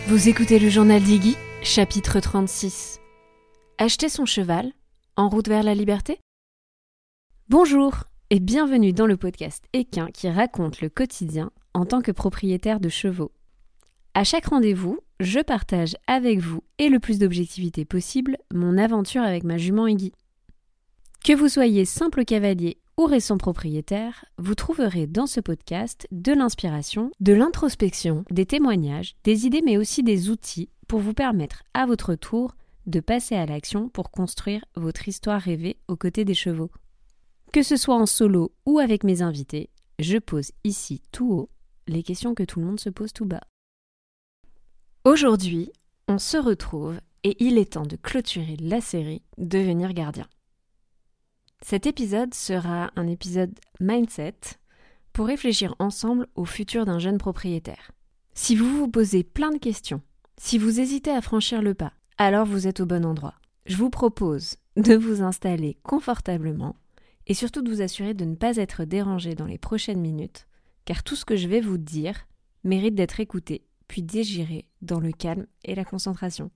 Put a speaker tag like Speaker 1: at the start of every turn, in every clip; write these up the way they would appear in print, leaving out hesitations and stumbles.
Speaker 1: Vous écoutez le journal d'Iggy, chapitre 36. Acheter son cheval, en route vers la liberté ? Bonjour et bienvenue dans le podcast équin qui raconte le quotidien en tant que propriétaire de chevaux. À chaque rendez-vous, je partage avec vous et le plus d'objectivité possible mon aventure avec ma jument Iggy. Que vous soyez simple cavalier ou récent propriétaire, vous trouverez dans ce podcast de l'inspiration, de l'introspection, des témoignages, des idées mais aussi des outils pour vous permettre à votre tour de passer à l'action pour construire votre histoire rêvée aux côtés des chevaux. Que ce soit en solo ou avec mes invités, je pose ici tout haut les questions que tout le monde se pose tout bas. Aujourd'hui, on se retrouve et il est temps de clôturer la série Devenir gardien. Cet épisode sera un épisode mindset pour réfléchir ensemble au futur d'un jeune propriétaire. Si vous vous posez plein de questions, si vous hésitez à franchir le pas, alors vous êtes au bon endroit. Je vous propose de vous installer confortablement et surtout de vous assurer de ne pas être dérangé dans les prochaines minutes, car tout ce que je vais vous dire mérite d'être écouté, puis digéré dans le calme et la concentration.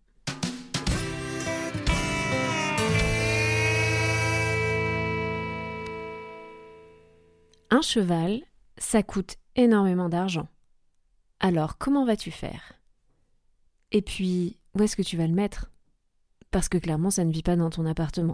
Speaker 1: Un cheval, ça coûte énormément d'argent. Alors, comment vas-tu faire ? Et puis, où est-ce que tu vas le mettre ? Parce que clairement, ça ne vit pas dans ton appartement.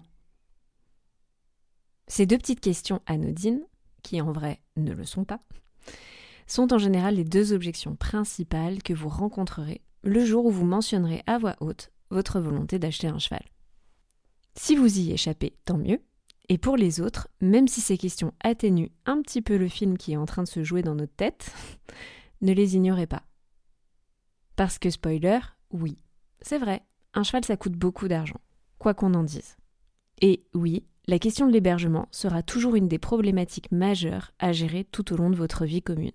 Speaker 1: Ces deux petites questions anodines, qui en vrai ne le sont pas, sont en général les deux objections principales que vous rencontrerez le jour où vous mentionnerez à voix haute votre volonté d'acheter un cheval. Si vous y échappez, tant mieux. Et pour les autres, même si ces questions atténuent un petit peu le film qui est en train de se jouer dans notre tête, ne les ignorez pas. Parce que spoiler, oui, c'est vrai, un cheval ça coûte beaucoup d'argent, quoi qu'on en dise. Et oui, la question de l'hébergement sera toujours une des problématiques majeures à gérer tout au long de votre vie commune.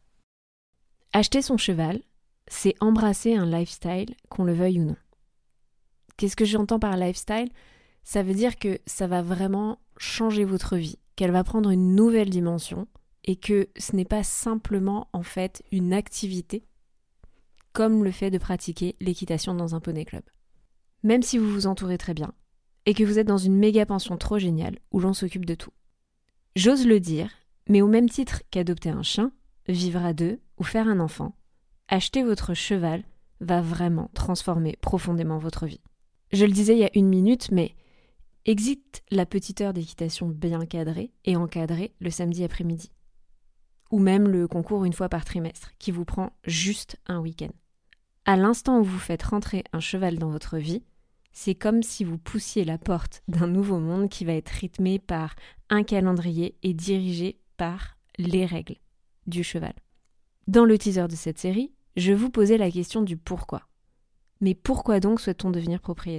Speaker 1: Acheter son cheval, c'est embrasser un lifestyle, qu'on le veuille ou non. Qu'est-ce que j'entends par lifestyle ? Ça veut dire que ça va vraiment changer votre vie, qu'elle va prendre une nouvelle dimension et que ce n'est pas simplement en fait une activité comme le fait de pratiquer l'équitation dans un poney club. Même si vous vous entourez très bien et que vous êtes dans une méga pension trop géniale où l'on s'occupe de tout. J'ose le dire, mais au même titre qu'adopter un chien, vivre à deux ou faire un enfant, acheter votre cheval va vraiment transformer profondément votre vie. Je le disais il y a 1 minute, mais existe la petite heure d'équitation bien cadrée et encadrée le samedi après-midi. Ou même le concours 1 fois par trimestre, qui vous prend juste un week-end. À l'instant où vous faites rentrer un cheval dans votre vie, c'est comme si vous poussiez la porte d'un nouveau monde qui va être rythmé par un calendrier et dirigé par les règles du cheval. Dans le teaser de cette série, je vous posais la question du pourquoi. Mais pourquoi donc souhaite-t-on devenir propriétaire ?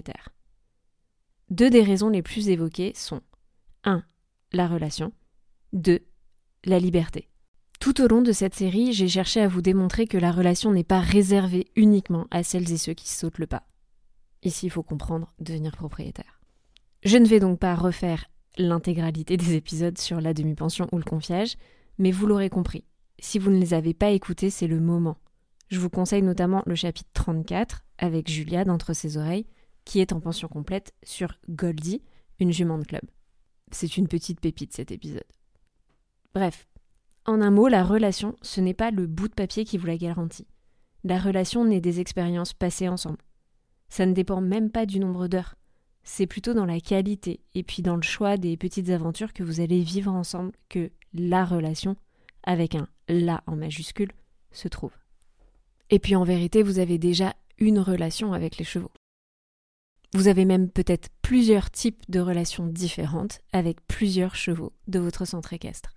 Speaker 1: 2 des raisons les plus évoquées sont 1. La relation, 2. La liberté. Tout au long de cette série, j'ai cherché à vous démontrer que la relation n'est pas réservée uniquement à celles et ceux qui sautent le pas. Ici, il faut comprendre devenir propriétaire. Je ne vais donc pas refaire l'intégralité des épisodes sur la demi-pension ou le confiage, mais vous l'aurez compris. Si vous ne les avez pas écoutés, c'est le moment. Je vous conseille notamment le chapitre 34 avec Julia d'Entre ses oreilles, qui est en pension complète sur Goldie, une jument de club. C'est une petite pépite cet épisode. Bref, en un mot, la relation, ce n'est pas le bout de papier qui vous la garantit. La relation naît des expériences passées ensemble. Ça ne dépend même pas du nombre d'heures. C'est plutôt dans la qualité et puis dans le choix des petites aventures que vous allez vivre ensemble que la relation, avec un « la » en majuscule, se trouve. Et puis en vérité, vous avez déjà une relation avec les chevaux. Vous avez même peut-être plusieurs types de relations différentes avec plusieurs chevaux de votre centre équestre.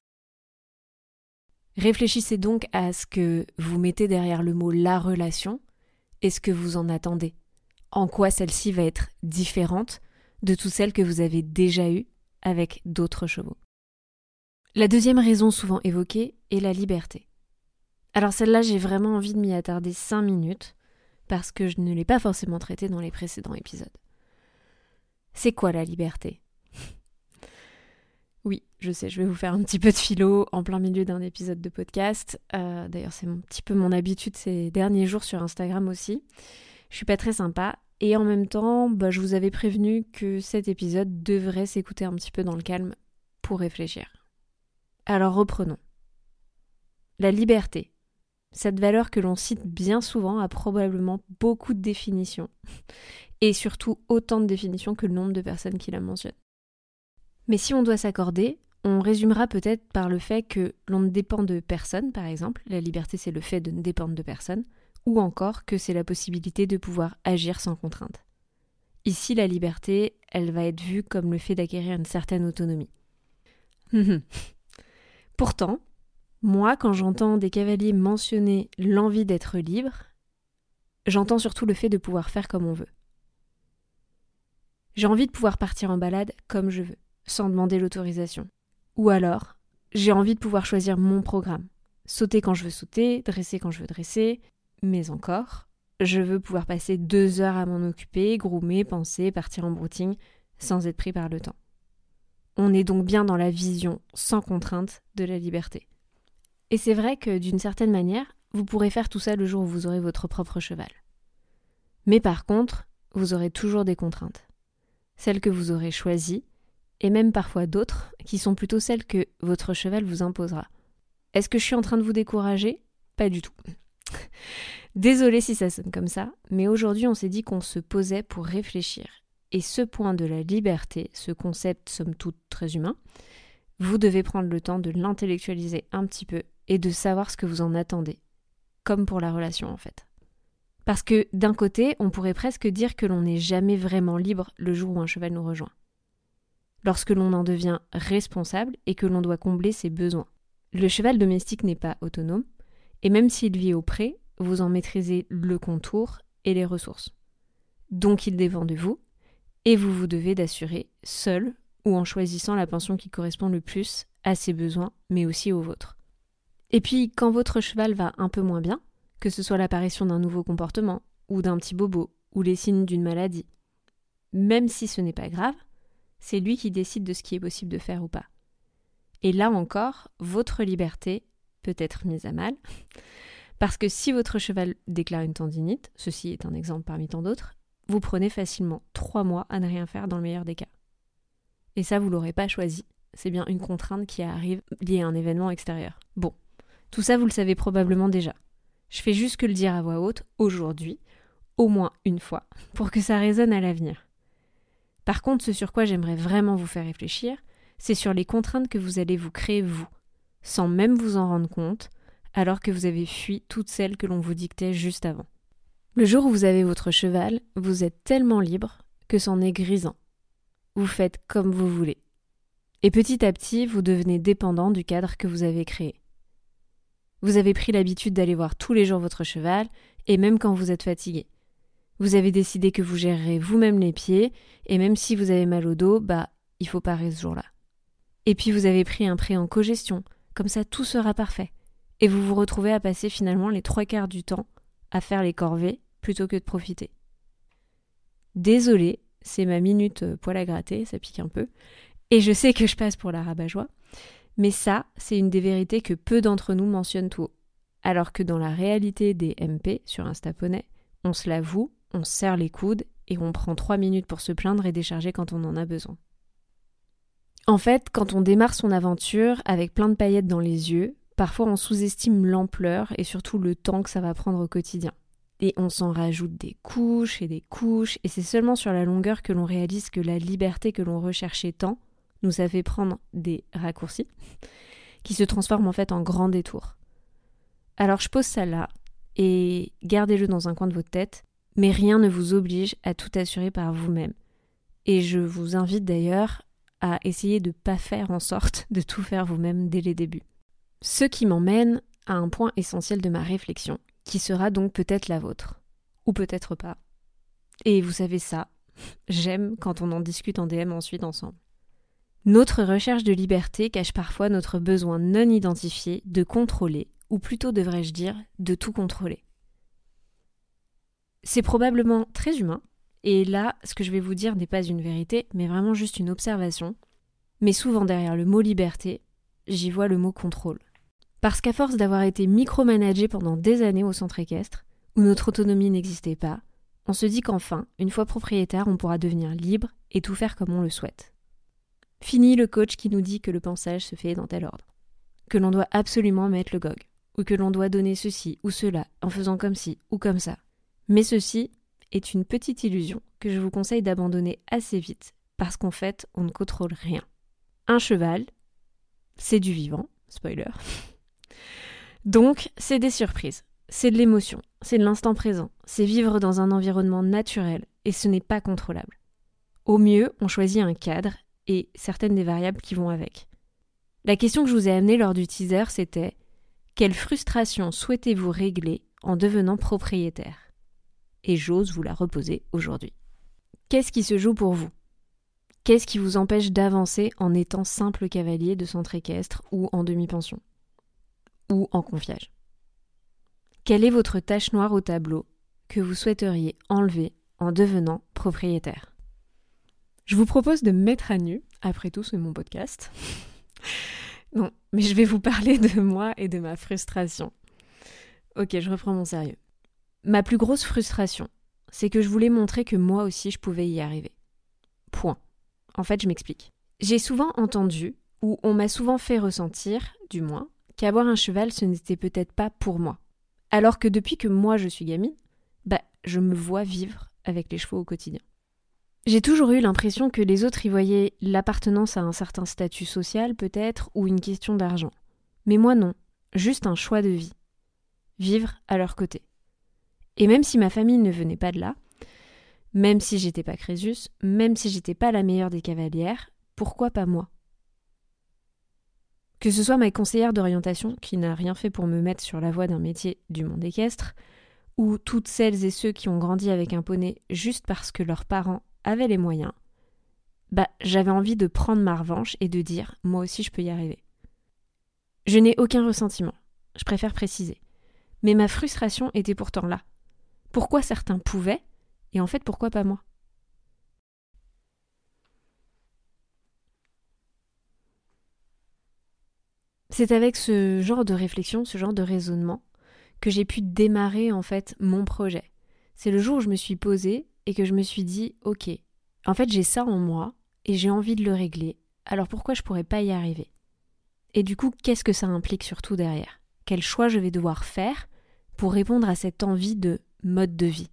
Speaker 1: Réfléchissez donc à ce que vous mettez derrière le mot « la relation » et ce que vous en attendez. En quoi celle-ci va être différente de toutes celles que vous avez déjà eues avec d'autres chevaux. La deuxième raison souvent évoquée est la liberté. Alors celle-là, j'ai vraiment envie de m'y attarder 5 minutes parce que je ne l'ai pas forcément traitée dans les précédents épisodes. C'est quoi la liberté ? Oui, je sais, je vais vous faire un petit peu de philo en plein milieu d'un épisode de podcast. D'ailleurs, c'est un petit peu mon habitude ces derniers jours sur Instagram aussi. Je suis pas très sympa. Et en même temps, je vous avais prévenu que cet épisode devrait s'écouter un petit peu dans le calme pour réfléchir. Alors reprenons. La liberté, cette valeur que l'on cite bien souvent, a probablement beaucoup de définitions. Et surtout autant de définitions que le nombre de personnes qui la mentionnent. Mais si on doit s'accorder, on résumera peut-être par le fait que l'on ne dépend de personne, par exemple. La liberté, c'est le fait de ne dépendre de personne. Ou encore que c'est la possibilité de pouvoir agir sans contrainte. Ici, la liberté, elle va être vue comme le fait d'acquérir une certaine autonomie. Pourtant, moi, quand j'entends des cavaliers mentionner l'envie d'être libre, j'entends surtout le fait de pouvoir faire comme on veut. J'ai envie de pouvoir partir en balade comme je veux, sans demander l'autorisation. Ou alors, j'ai envie de pouvoir choisir mon programme. Sauter quand je veux sauter, dresser quand je veux dresser, mais encore, je veux pouvoir passer 2 heures à m'en occuper, groomer, penser, partir en brooding, sans être pris par le temps. On est donc bien dans la vision sans contrainte de la liberté. Et c'est vrai que d'une certaine manière, vous pourrez faire tout ça le jour où vous aurez votre propre cheval. Mais par contre, vous aurez toujours des contraintes. Celles que vous aurez choisies, et même parfois d'autres, qui sont plutôt celles que votre cheval vous imposera. Est-ce que je suis en train de vous décourager ? Pas du tout. Désolée si ça sonne comme ça, mais aujourd'hui on s'est dit qu'on se posait pour réfléchir. Et ce point de la liberté, ce concept somme toute très humain, vous devez prendre le temps de l'intellectualiser un petit peu et de savoir ce que vous en attendez. Comme pour la relation en fait. Parce que d'un côté, on pourrait presque dire que l'on n'est jamais vraiment libre le jour où un cheval nous rejoint. Lorsque l'on en devient responsable et que l'on doit combler ses besoins. Le cheval domestique n'est pas autonome, et même s'il vit au pré, vous en maîtrisez le contour et les ressources. Donc il dépend de vous, et vous vous devez d'assurer, seul ou en choisissant la pension qui correspond le plus à ses besoins, mais aussi aux vôtres. Et puis, quand votre cheval va un peu moins bien, que ce soit l'apparition d'un nouveau comportement, ou d'un petit bobo, ou les signes d'une maladie, même si ce n'est pas grave, c'est lui qui décide de ce qui est possible de faire ou pas. Et là encore, votre liberté peut être mise à mal, parce que si votre cheval déclare une tendinite, ceci est un exemple parmi tant d'autres, vous prenez facilement 3 mois à ne rien faire dans le meilleur des cas. Et ça, vous l'aurez pas choisi, c'est bien une contrainte qui arrive liée à un événement extérieur. Bon, tout ça vous le savez probablement déjà. Je fais juste que le dire à voix haute, aujourd'hui, au moins une fois, pour que ça résonne à l'avenir. Par contre, ce sur quoi j'aimerais vraiment vous faire réfléchir, c'est sur les contraintes que vous allez vous créer vous, sans même vous en rendre compte, alors que vous avez fui toutes celles que l'on vous dictait juste avant. Le jour où vous avez votre cheval, vous êtes tellement libre que c'en est grisant. Vous faites comme vous voulez. Et petit à petit, vous devenez dépendant du cadre que vous avez créé. Vous avez pris l'habitude d'aller voir tous les jours votre cheval, et même quand vous êtes fatigué. Vous avez décidé que vous gérerez vous-même les pieds, et même si vous avez mal au dos, il faut parer ce jour-là. Et puis vous avez pris un prêt en cogestion, comme ça tout sera parfait. Et vous vous retrouvez à passer finalement les 3/4 du temps à faire les corvées plutôt que de profiter. Désolée, c'est ma minute poil à gratter, ça pique un peu. Et je sais que je passe pour la rabat-joie, mais ça, c'est une des vérités que peu d'entre nous mentionnent tout haut. Alors que dans la réalité des MP sur Instaponnet, on se l'avoue, on se serre les coudes et on prend 3 minutes pour se plaindre et décharger quand on en a besoin. En fait, quand on démarre son aventure avec plein de paillettes dans les yeux, parfois on sous-estime l'ampleur et surtout le temps que ça va prendre au quotidien. Et on s'en rajoute des couches, et c'est seulement sur la longueur que l'on réalise que la liberté que l'on recherchait tant nous a fait prendre des raccourcis qui se transforment en fait en grands détours. Alors je pose ça là, et gardez-le dans un coin de votre tête, mais rien ne vous oblige à tout assurer par vous-même. Et je vous invite d'ailleurs à essayer de ne pas faire en sorte de tout faire vous-même dès les débuts. Ce qui m'emmène à un point essentiel de ma réflexion, qui sera donc peut-être la vôtre, ou peut-être pas. Et vous savez ça, j'aime quand on en discute en DM ensuite ensemble. Notre recherche de liberté cache parfois notre besoin non identifié de contrôler, ou plutôt devrais-je dire, de tout contrôler. C'est probablement très humain, et là, ce que je vais vous dire n'est pas une vérité, mais vraiment juste une observation. Mais souvent derrière le mot liberté, j'y vois le mot contrôle. Parce qu'à force d'avoir été micromanagé pendant des années au centre équestre, où notre autonomie n'existait pas, on se dit qu'enfin, une fois propriétaire, on pourra devenir libre et tout faire comme on le souhaite. Fini le coach qui nous dit que le pansage se fait dans tel ordre, que l'on doit absolument mettre le gog, ou que l'on doit donner ceci ou cela en faisant comme ci ou comme ça. Mais ceci est une petite illusion que je vous conseille d'abandonner assez vite, parce qu'en fait, on ne contrôle rien. Un cheval, c'est du vivant, spoiler. Donc, c'est des surprises, c'est de l'émotion, c'est de l'instant présent, c'est vivre dans un environnement naturel et ce n'est pas contrôlable. Au mieux, on choisit un cadre et certaines des variables qui vont avec. La question que je vous ai amenée lors du teaser, c'était « Quelle frustration souhaitez-vous régler en devenant propriétaire ?» Et j'ose vous la reposer aujourd'hui. Qu'est-ce qui se joue pour vous ? Qu'est-ce qui vous empêche d'avancer en étant simple cavalier de centre équestre ou en demi-pension ? Ou en confiage ? Quelle est votre tache noire au tableau que vous souhaiteriez enlever en devenant propriétaire ? Je vous propose de me mettre à nu, après tout c'est mon podcast. Non, mais je vais vous parler de moi et de ma frustration. Ok, je reprends mon sérieux. Ma plus grosse frustration, c'est que je voulais montrer que moi aussi je pouvais y arriver. Point. En fait, je m'explique. J'ai souvent entendu, ou on m'a souvent fait ressentir, du moins, qu'avoir un cheval, ce n'était peut-être pas pour moi. Alors que depuis que moi je suis gamine, je me vois vivre avec les chevaux au quotidien. J'ai toujours eu l'impression que les autres y voyaient l'appartenance à un certain statut social peut-être, ou une question d'argent. Mais moi non, juste un choix de vie. Vivre à leur côté. Et même si ma famille ne venait pas de là, même si j'étais pas Crésus, même si j'étais pas la meilleure des cavalières, pourquoi pas moi ? Que ce soit ma conseillère d'orientation, qui n'a rien fait pour me mettre sur la voie d'un métier du monde équestre, ou toutes celles et ceux qui ont grandi avec un poney juste parce que leurs parents avaient les moyens, j'avais envie de prendre ma revanche et de dire « moi aussi je peux y arriver ». Je n'ai aucun ressentiment, je préfère préciser. Mais ma frustration était pourtant là. Pourquoi certains pouvaient, et en fait pourquoi pas moi ? C'est avec ce genre de réflexion, ce genre de raisonnement, que j'ai pu démarrer en fait mon projet. C'est le jour où je me suis posée et que je me suis dit « ok, en fait j'ai ça en moi et j'ai envie de le régler, alors pourquoi je pourrais pas y arriver ?» Et du coup, qu'est-ce que ça implique surtout derrière ? Quel choix je vais devoir faire pour répondre à cette envie de mode de vie ?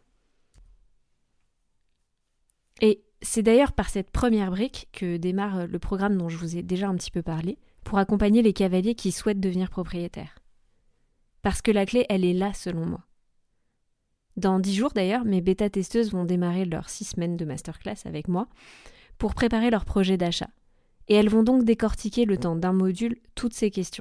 Speaker 1: Et c'est d'ailleurs par cette première brique que démarre le programme dont je vous ai déjà un petit peu parlé, pour accompagner les cavaliers qui souhaitent devenir propriétaires. Parce que la clé, elle est là selon moi. Dans 10 jours d'ailleurs, mes bêta-testeuses vont démarrer leurs 6 semaines de masterclass avec moi pour préparer leur projet d'achat. Et elles vont donc décortiquer le temps d'un module toutes ces questions.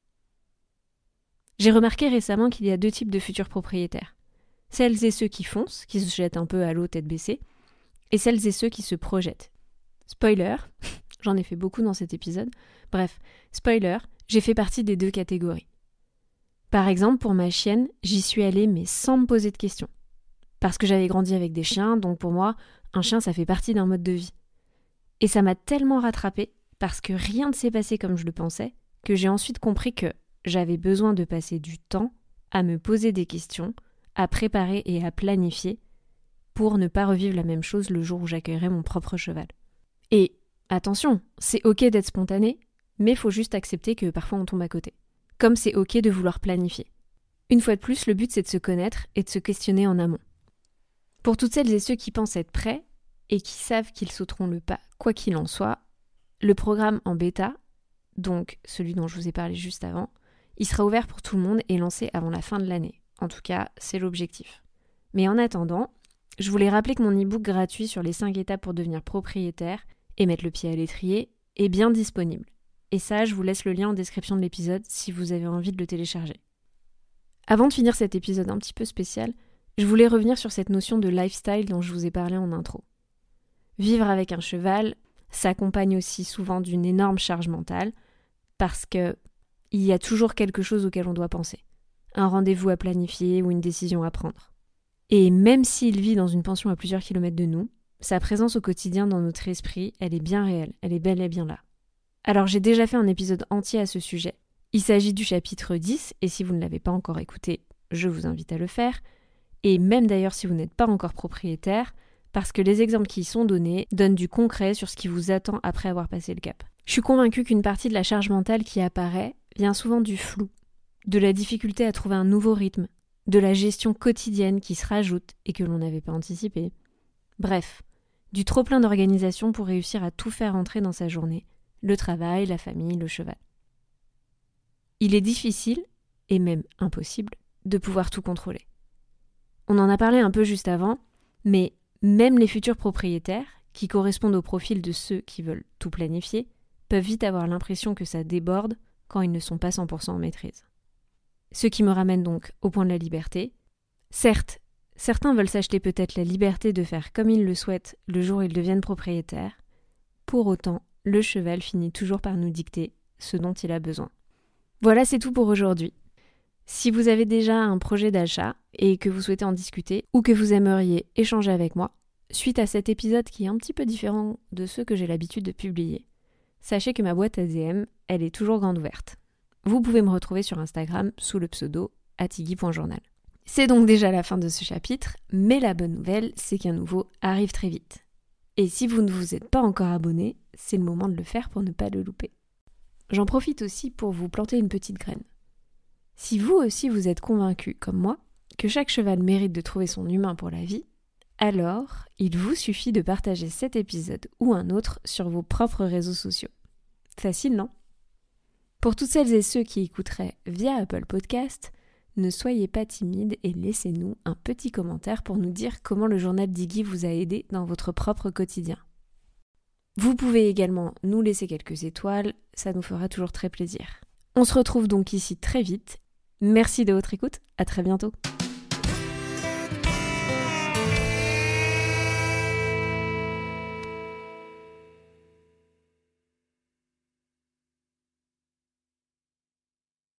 Speaker 1: J'ai remarqué récemment qu'il y a 2 types de futurs propriétaires. Celles et ceux qui foncent, qui se jettent un peu à l'eau tête baissée, et celles et ceux qui se projettent. Spoiler, j'en ai fait beaucoup dans cet épisode. Bref, spoiler, j'ai fait partie des 2 catégories. Par exemple, pour ma chienne, j'y suis allée mais sans me poser de questions. Parce que j'avais grandi avec des chiens, donc pour moi, un chien ça fait partie d'un mode de vie. Et ça m'a tellement rattrapée, parce que rien ne s'est passé comme je le pensais, que j'ai ensuite compris que j'avais besoin de passer du temps à me poser des questions, à préparer et à planifier, pour ne pas revivre la même chose le jour où j'accueillerai mon propre cheval. Et attention, c'est ok d'être spontané, mais il faut juste accepter que parfois on tombe à côté. Comme c'est ok de vouloir planifier. Une fois de plus, le but c'est de se connaître et de se questionner en amont. Pour toutes celles et ceux qui pensent être prêts et qui savent qu'ils sauteront le pas, quoi qu'il en soit, le programme en bêta, donc celui dont je vous ai parlé juste avant, il sera ouvert pour tout le monde et lancé avant la fin de l'année. En tout cas, c'est l'objectif. Mais en attendant, je voulais rappeler que mon e-book gratuit sur les 5 étapes pour devenir propriétaire et mettre le pied à l'étrier est bien disponible. Et ça, je vous laisse le lien en description de l'épisode si vous avez envie de le télécharger. Avant de finir cet épisode un petit peu spécial, je voulais revenir sur cette notion de lifestyle dont je vous ai parlé en intro. Vivre avec un cheval s'accompagne aussi souvent d'une énorme charge mentale parce qu'il y a toujours quelque chose auquel on doit penser. Un rendez-vous à planifier ou une décision à prendre. Et même s'il vit dans une pension à plusieurs kilomètres de nous, Sa présence au quotidien dans notre esprit, elle est bien réelle, elle est bel et bien là. Alors j'ai déjà fait un épisode entier à ce sujet. Il s'agit du chapitre 10, et si vous ne l'avez pas encore écouté, je vous invite à le faire. Et même d'ailleurs si vous n'êtes pas encore propriétaire, parce que les exemples qui y sont donnés donnent du concret sur ce qui vous attend après avoir passé le cap. Je suis convaincue qu'une partie de la charge mentale qui apparaît vient souvent du flou, de la difficulté à trouver un nouveau rythme, de la gestion quotidienne qui se rajoute et que l'on n'avait pas anticipé. Bref, du trop-plein d'organisation pour réussir à tout faire entrer dans sa journée, le travail, la famille, le cheval. Il est difficile, et même impossible, de pouvoir tout contrôler. On en a parlé un peu juste avant, mais même les futurs propriétaires, qui correspondent au profil de ceux qui veulent tout planifier, peuvent vite avoir l'impression que ça déborde quand ils ne sont pas 100% en maîtrise. Ce qui me ramène donc au point de la liberté. Certes, certains veulent s'acheter peut-être la liberté de faire comme ils le souhaitent le jour où ils deviennent propriétaires. Pour autant, le cheval finit toujours par nous dicter ce dont il a besoin. Voilà, c'est tout pour aujourd'hui. Si vous avez déjà un projet d'achat et que vous souhaitez en discuter ou que vous aimeriez échanger avec moi, suite à cet épisode qui est un petit peu différent de ceux que j'ai l'habitude de publier, sachez que ma boîte à DM, elle est toujours grande ouverte. Vous pouvez me retrouver sur Instagram sous le pseudo @iggy.journal. C'est donc déjà la fin de ce chapitre, mais la bonne nouvelle, c'est qu'un nouveau arrive très vite. Et si vous ne vous êtes pas encore abonné, c'est le moment de le faire pour ne pas le louper. J'en profite aussi pour vous planter une petite graine. Si vous aussi vous êtes convaincu, comme moi, que chaque cheval mérite de trouver son humain pour la vie, alors il vous suffit de partager cet épisode ou un autre sur vos propres réseaux sociaux. Facile, non ? Pour toutes celles et ceux qui écouteraient via Apple Podcast, ne soyez pas timides et laissez-nous un petit commentaire pour nous dire comment le journal d'Iggy vous a aidé dans votre propre quotidien. Vous pouvez également nous laisser quelques étoiles, ça nous fera toujours très plaisir. On se retrouve donc ici très vite. Merci de votre écoute, à très bientôt.